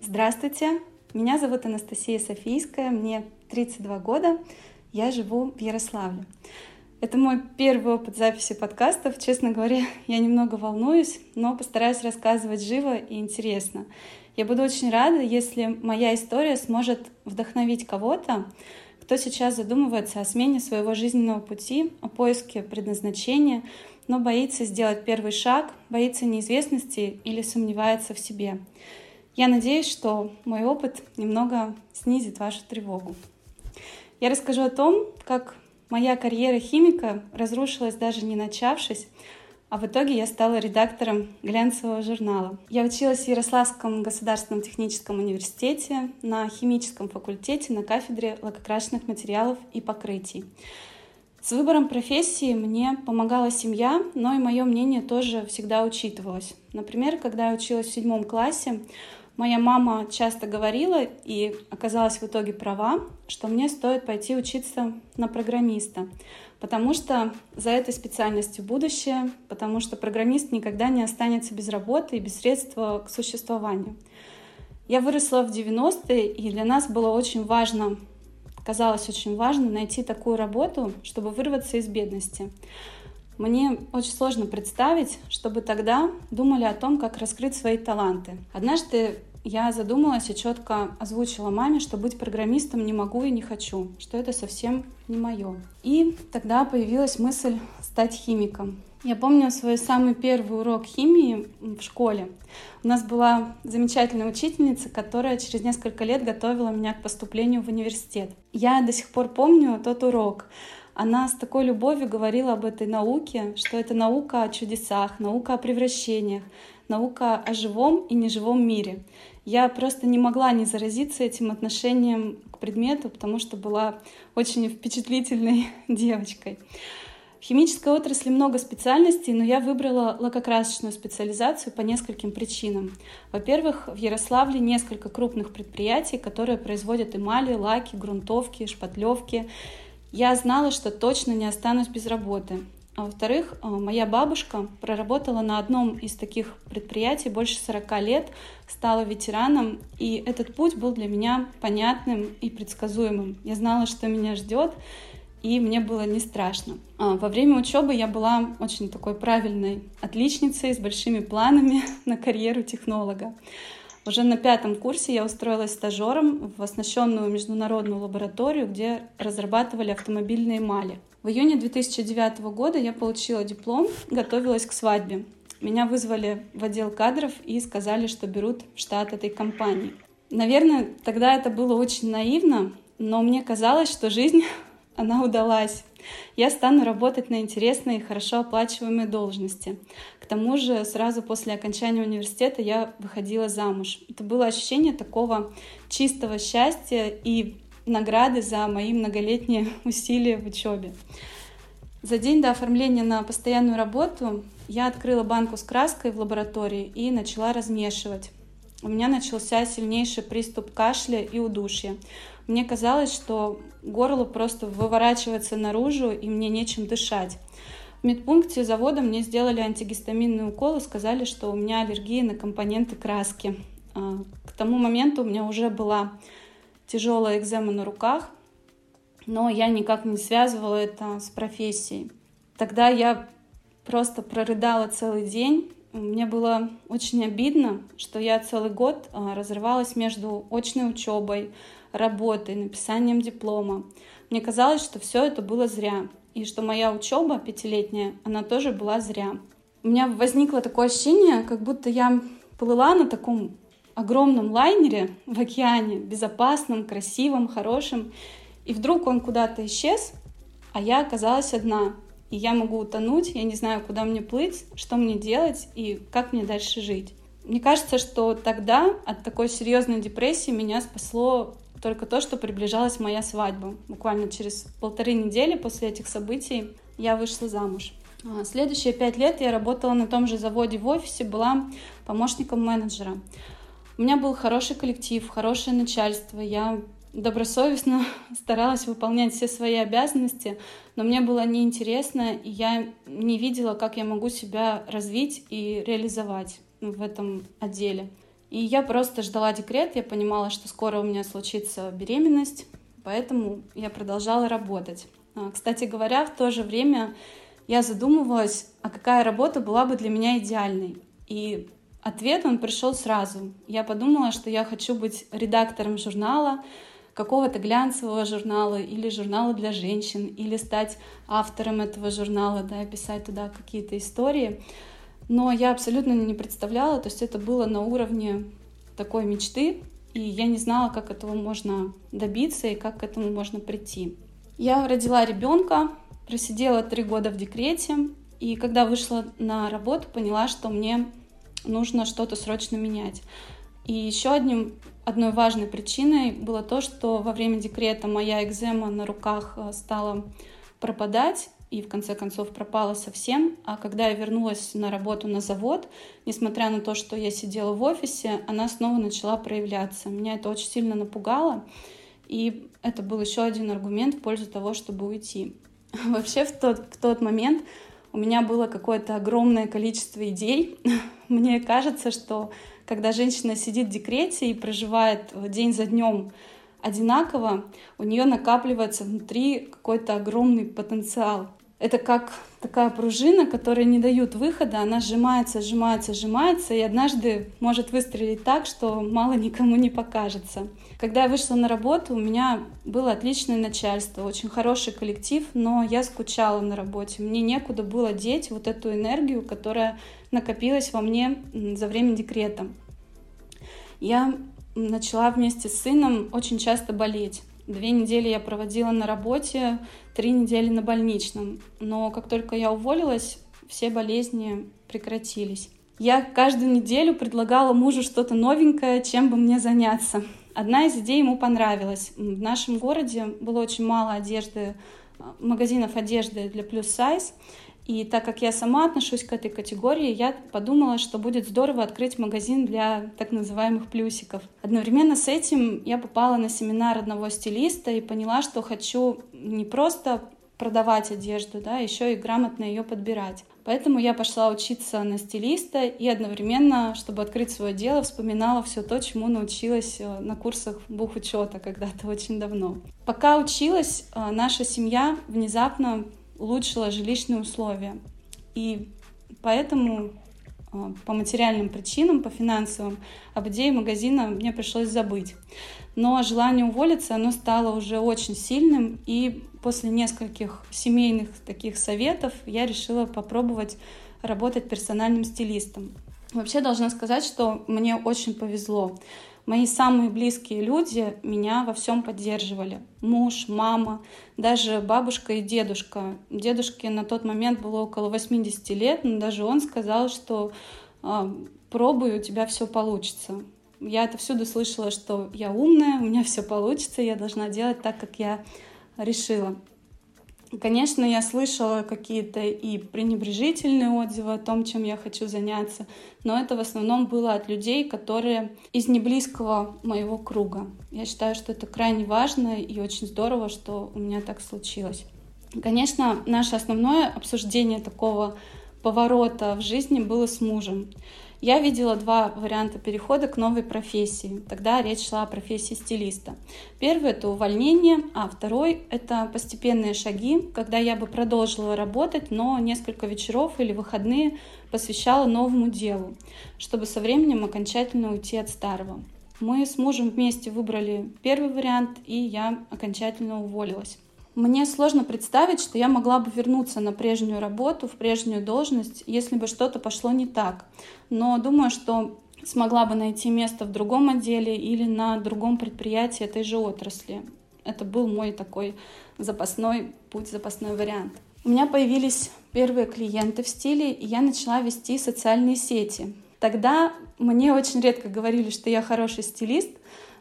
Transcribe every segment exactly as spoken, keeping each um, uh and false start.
Здравствуйте, меня зовут Анастасия Софийская, мне тридцать два года, я живу в Ярославле. Это мой первый опыт записи подкастов. Честно говоря, я немного волнуюсь, но постараюсь рассказывать живо и интересно. Я буду очень рада, если моя история сможет вдохновить кого-то, кто сейчас задумывается о смене своего жизненного пути, о поиске предназначения, но боится сделать первый шаг, боится неизвестности или сомневается в себе. Я надеюсь, что мой опыт немного снизит вашу тревогу. Я расскажу о том, как моя карьера химика разрушилась, даже не начавшись, а в итоге я стала редактором глянцевого журнала. Я училась в Ярославском государственном техническом университете на химическом факультете на кафедре лакокрасочных материалов и покрытий. С выбором профессии мне помогала семья, но и мое мнение тоже всегда учитывалось. Например, когда я училась в седьмом классе, моя мама часто говорила, и оказалась в итоге права, что мне стоит пойти учиться на программиста, потому что за этой специальностью будущее, потому что программист никогда не останется без работы и без средств к существованию. Я выросла в девяностые, и для нас было очень важно, казалось очень важно найти такую работу, чтобы вырваться из бедности. Мне очень сложно представить, чтобы тогда думали о том, как раскрыть свои таланты. Однажды я задумалась и четко озвучила маме, что быть программистом не могу и не хочу, что это совсем не мое. И тогда появилась мысль стать химиком. Я помню свой самый первый урок химии в школе. У нас была замечательная учительница, которая через несколько лет готовила меня к поступлению в университет. Я до сих пор помню тот урок. Она с такой любовью говорила об этой науке, что это наука о чудесах, наука о превращениях, наука о живом и неживом мире. Я просто не могла не заразиться этим отношением к предмету, потому что была очень впечатлительной девочкой. В химической отрасли много специальностей, но я выбрала лакокрасочную специализацию по нескольким причинам. Во-первых, в Ярославле несколько крупных предприятий, которые производят эмали, лаки, грунтовки, шпатлевки. Я знала, что точно не останусь без работы. А во-вторых, моя бабушка проработала на одном из таких предприятий больше сорока лет, стала ветераном, и этот путь был для меня понятным и предсказуемым. Я знала, что меня ждет, и мне было не страшно. Во время учебы я была очень такой правильной отличницей с большими планами на карьеру технолога. Уже на пятом курсе я устроилась стажером в оснащенную международную лабораторию, где разрабатывали автомобильные эмали. В июне две тысячи девятого года я получила диплом, готовилась к свадьбе. Меня вызвали в отдел кадров и сказали, что берут в штат этой компании. Наверное, тогда это было очень наивно, но мне казалось, что жизнь, она удалась. Я стану работать на интересной и хорошо оплачиваемой должности. К тому же сразу после окончания университета я выходила замуж. Это было ощущение такого чистого счастья и награды за мои многолетние усилия в учебе. За день до оформления на постоянную работу я открыла банку с краской в лаборатории и начала размешивать. У меня начался сильнейший приступ кашля и удушья. Мне казалось, что горло просто выворачивается наружу, и мне нечем дышать. В медпункте завода мне сделали антигистаминный укол и сказали, что у меня аллергия на компоненты краски. К тому моменту у меня уже была тяжелая экзема на руках, но я никак не связывала это с профессией. Тогда я просто прорыдала целый день. Мне было очень обидно, что я целый год разрывалась между очной учебой, работой, написанием диплома. Мне казалось, что все это было зря, и что моя учеба пятилетняя, она тоже была зря. У меня возникло такое ощущение, как будто я плыла на таком огромном лайнере в океане, безопасном, красивом, хорошем, и вдруг он куда-то исчез, а я оказалась одна. И я могу утонуть, я не знаю, куда мне плыть, что мне делать и как мне дальше жить. Мне кажется, что тогда от такой серьезной депрессии меня спасло только то, что приближалась моя свадьба. Буквально через полторы недели после этих событий я вышла замуж. Следующие пять лет я работала на том же заводе в офисе, была помощником менеджера. У меня был хороший коллектив, хорошее начальство, я добросовестно старалась выполнять все свои обязанности, но мне было неинтересно, и я не видела, как я могу себя развить и реализовать в этом отделе. И я просто ждала декрет, я понимала, что скоро у меня случится беременность, поэтому я продолжала работать. Кстати говоря, в то же время я задумывалась, а какая работа была бы для меня идеальной. И ответ, он пришел сразу. Я подумала, что я хочу быть редактором журнала, какого-то глянцевого журнала или журнала для женщин, или стать автором этого журнала, да, писать туда какие-то истории. Но я абсолютно не представляла, то есть это было на уровне такой мечты, и я не знала, как этого можно добиться и как к этому можно прийти. Я родила ребенка, просидела три года в декрете, и когда вышла на работу, поняла, что мне нужно что-то срочно менять. И еще одним, одной важной причиной было то, что во время декрета моя экзема на руках стала пропадать, и в конце концов пропала совсем. А когда я вернулась на работу на завод, несмотря на то, что я сидела в офисе, она снова начала проявляться. Меня это очень сильно напугало, и это был еще один аргумент в пользу того, чтобы уйти. Вообще в тот, в тот момент у меня было какое-то огромное количество идей. Мне кажется, что когда женщина сидит в декрете и проживает день за днем одинаково, у нее накапливается внутри какой-то огромный потенциал. Это как такая пружина, которая не дает выхода, она сжимается, сжимается, сжимается, и однажды может выстрелить так, что мало никому не покажется. Когда я вышла на работу, у меня было отличное начальство, очень хороший коллектив, но я скучала на работе. Мне некуда было деть вот эту энергию, которая накопилась во мне за время декрета. Я начала вместе с сыном очень часто болеть. Две недели я проводила на работе, три недели на больничном. Но как только я уволилась, все болезни прекратились. Я каждую неделю предлагала мужу что-то новенькое, чем бы мне заняться. Одна из идей ему понравилась. В нашем городе было очень мало одежды, магазинов одежды для плюс-сайз. И так как я сама отношусь к этой категории, я подумала, что будет здорово открыть магазин для так называемых плюсиков. Одновременно с этим я попала на семинар одного стилиста и поняла, что хочу не просто продавать одежду, да, еще и грамотно ее подбирать. Поэтому я пошла учиться на стилиста и одновременно, чтобы открыть свое дело, вспоминала все то, чему научилась на курсах бухучета когда-то очень давно. Пока училась, наша семья внезапно улучшила жилищные условия. И поэтому по материальным причинам, по финансовым, об идее магазина мне пришлось забыть. Но желание уволиться, оно стало уже очень сильным, и после нескольких семейных таких советов я решила попробовать работать персональным стилистом. Вообще должна сказать, что мне очень повезло. Мои самые близкие люди меня во всем поддерживали. Муж, мама, даже бабушка и дедушка. Дедушке на тот момент было около восемьдесят лет, но даже он сказал, что э, пробуй, у тебя все получится. Я это всюду слышала, что я умная, у меня все получится, я должна делать так, как я решила. Конечно, я слышала какие-то и пренебрежительные отзывы о том, чем я хочу заняться, но это в основном было от людей, которые из неблизкого моего круга. Я считаю, что это крайне важно и очень здорово, что у меня так случилось. Конечно, наше основное обсуждение такого поворота в жизни было с мужем. Я видела два варианта перехода к новой профессии. Тогда речь шла о профессии стилиста. Первый — это увольнение, а второй — это постепенные шаги, когда я бы продолжила работать, но несколько вечеров или выходные посвящала новому делу, чтобы со временем окончательно уйти от старого. Мы с мужем вместе выбрали первый вариант, и я окончательно уволилась. Мне сложно представить, что я могла бы вернуться на прежнюю работу, в прежнюю должность, если бы что-то пошло не так. Но думаю, что смогла бы найти место в другом отделе или на другом предприятии этой же отрасли. Это был мой такой запасной путь, запасной вариант. У меня появились первые клиенты в стиле, и я начала вести социальные сети. Тогда мне очень редко говорили, что я хороший стилист,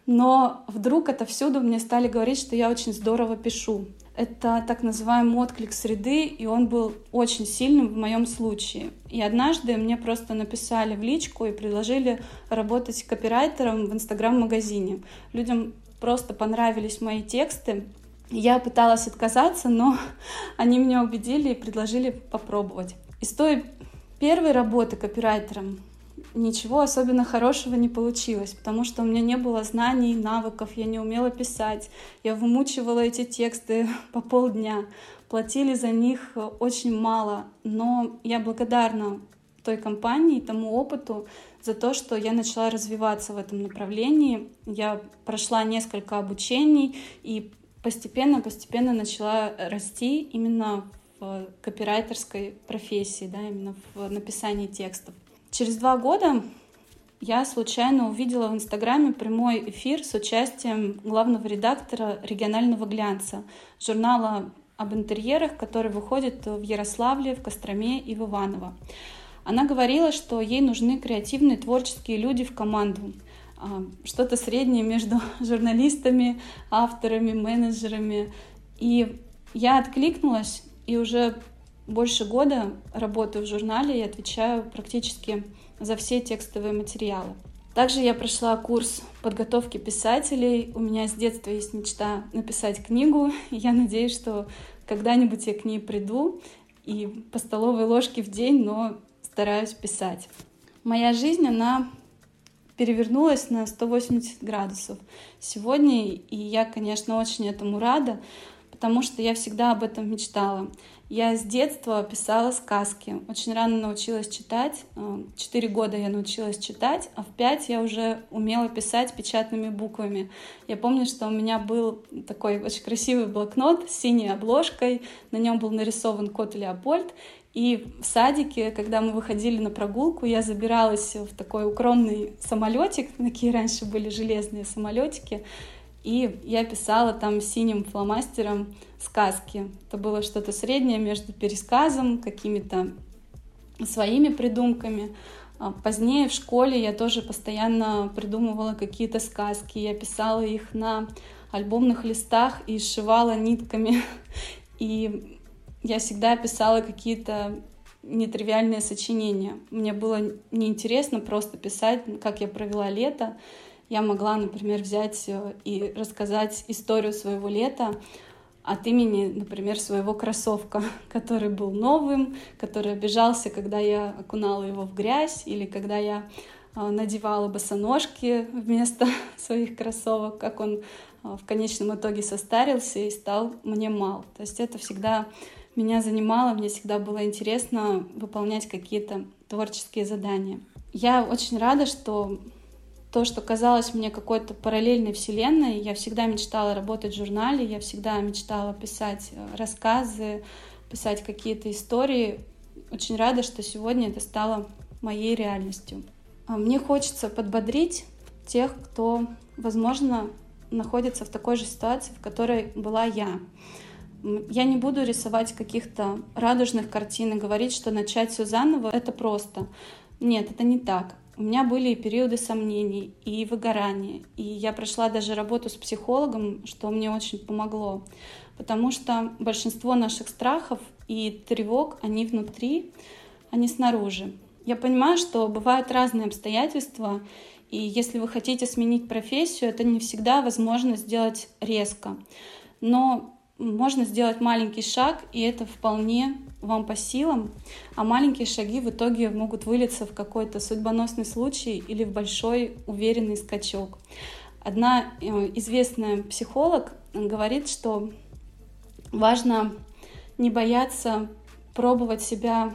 но вдруг отовсюду мне стали говорить, что я очень здорово пишу. Это так называемый отклик среды, и он был очень сильным в моем случае. И однажды мне просто написали в личку и предложили работать копирайтером в инстаграм-магазине. Людям просто понравились мои тексты. Я пыталась отказаться, но они меня убедили и предложили попробовать. Из той первой работы копирайтером ничего особенно хорошего не получилось, потому что у меня не было знаний, навыков, я не умела писать, я вымучивала эти тексты по полдня, платили за них очень мало, но я благодарна той компании, тому опыту за то, что я начала развиваться в этом направлении. Я прошла несколько обучений и постепенно-постепенно начала расти именно в копирайтерской профессии, да, именно в написании текстов. Через два года я случайно увидела в Инстаграме прямой эфир с участием главного редактора регионального глянца, журнала об интерьерах, который выходит в Ярославле, в Костроме и в Иваново. Она говорила, что ей нужны креативные, творческие люди в команду. Что-то среднее между журналистами, авторами, менеджерами. И я откликнулась, и уже больше года работаю в журнале и отвечаю практически за все текстовые материалы. Также я прошла курс подготовки писателей. У меня с детства есть мечта написать книгу. И я надеюсь, что когда-нибудь я к ней приду. И по столовой ложке в день, но стараюсь писать. Моя жизнь, она перевернулась на сто восемьдесят градусов сегодня, и я, конечно, очень этому рада, потому что я всегда об этом мечтала. Я с детства писала сказки, очень рано научилась читать, четыре года я научилась читать, а в пять я уже умела писать печатными буквами. Я помню, что у меня был такой очень красивый блокнот с синей обложкой, на нем был нарисован кот Леопольд, и в садике, когда мы выходили на прогулку, я забиралась в такой укромный самолетик, такие раньше были железные самолетики, и я писала там синим фломастером сказки. Это было что-то среднее между пересказом, какими-то своими придумками. Позднее в школе я тоже постоянно придумывала какие-то сказки. Я писала их на альбомных листах и сшивала нитками. И я всегда писала какие-то нетривиальные сочинения. Мне было неинтересно просто писать, как я провела лето. Я могла, например, взять и рассказать историю своего лета от имени, например, своего кроссовка, который был новым, который обижался, когда я окунала его в грязь, или когда я надевала босоножки вместо своих кроссовок, как он в конечном итоге состарился и стал мне мал. То есть это всегда меня занимало, мне всегда было интересно выполнять какие-то творческие задания. Я очень рада, что то, что казалось мне какой-то параллельной вселенной, я всегда мечтала работать в журнале, я всегда мечтала писать рассказы, писать какие-то истории. Очень рада, что сегодня это стало моей реальностью. Мне хочется подбодрить тех, кто, возможно, находится в такой же ситуации, в которой была я. Я не буду рисовать каких-то радужных картин и говорить, что начать все заново — это просто. Нет, это не так. У меня были и периоды сомнений, и выгорания, и я прошла даже работу с психологом, что мне очень помогло, потому что большинство наших страхов и тревог, они внутри, а не снаружи. Я понимаю, что бывают разные обстоятельства, и если вы хотите сменить профессию, это не всегда возможно сделать резко, но можно сделать маленький шаг, и это вполне вам по силам, а маленькие шаги в итоге могут вылиться в какой-то судьбоносный случай или в большой уверенный скачок. Одна известная психолог говорит, что важно не бояться пробовать себя.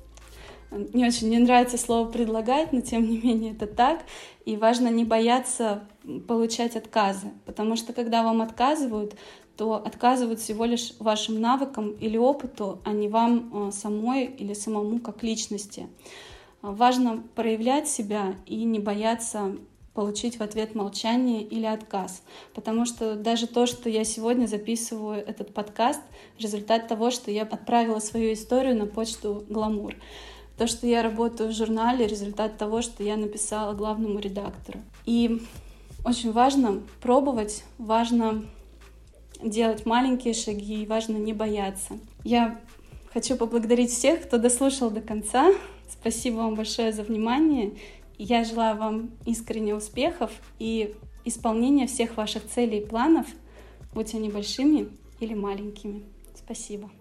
Не очень мне нравится слово «предлагать», но тем не менее это так. И важно не бояться получать отказы, потому что когда вам отказывают, то отказывают всего лишь вашим навыкам или опыту, а не вам самой или самому как личности. Важно проявлять себя и не бояться получить в ответ молчание или отказ. Потому что даже то, что я сегодня записываю этот подкаст, результат того, что я отправила свою историю на почту «Гламур». То, что я работаю в журнале, результат того, что я написала главному редактору. И очень важно пробовать, важно делать маленькие шаги, и важно не бояться. Я хочу поблагодарить всех, кто дослушал до конца. Спасибо вам большое за внимание. Я желаю вам искренне успехов и исполнения всех ваших целей и планов, будь они большими или маленькими. Спасибо.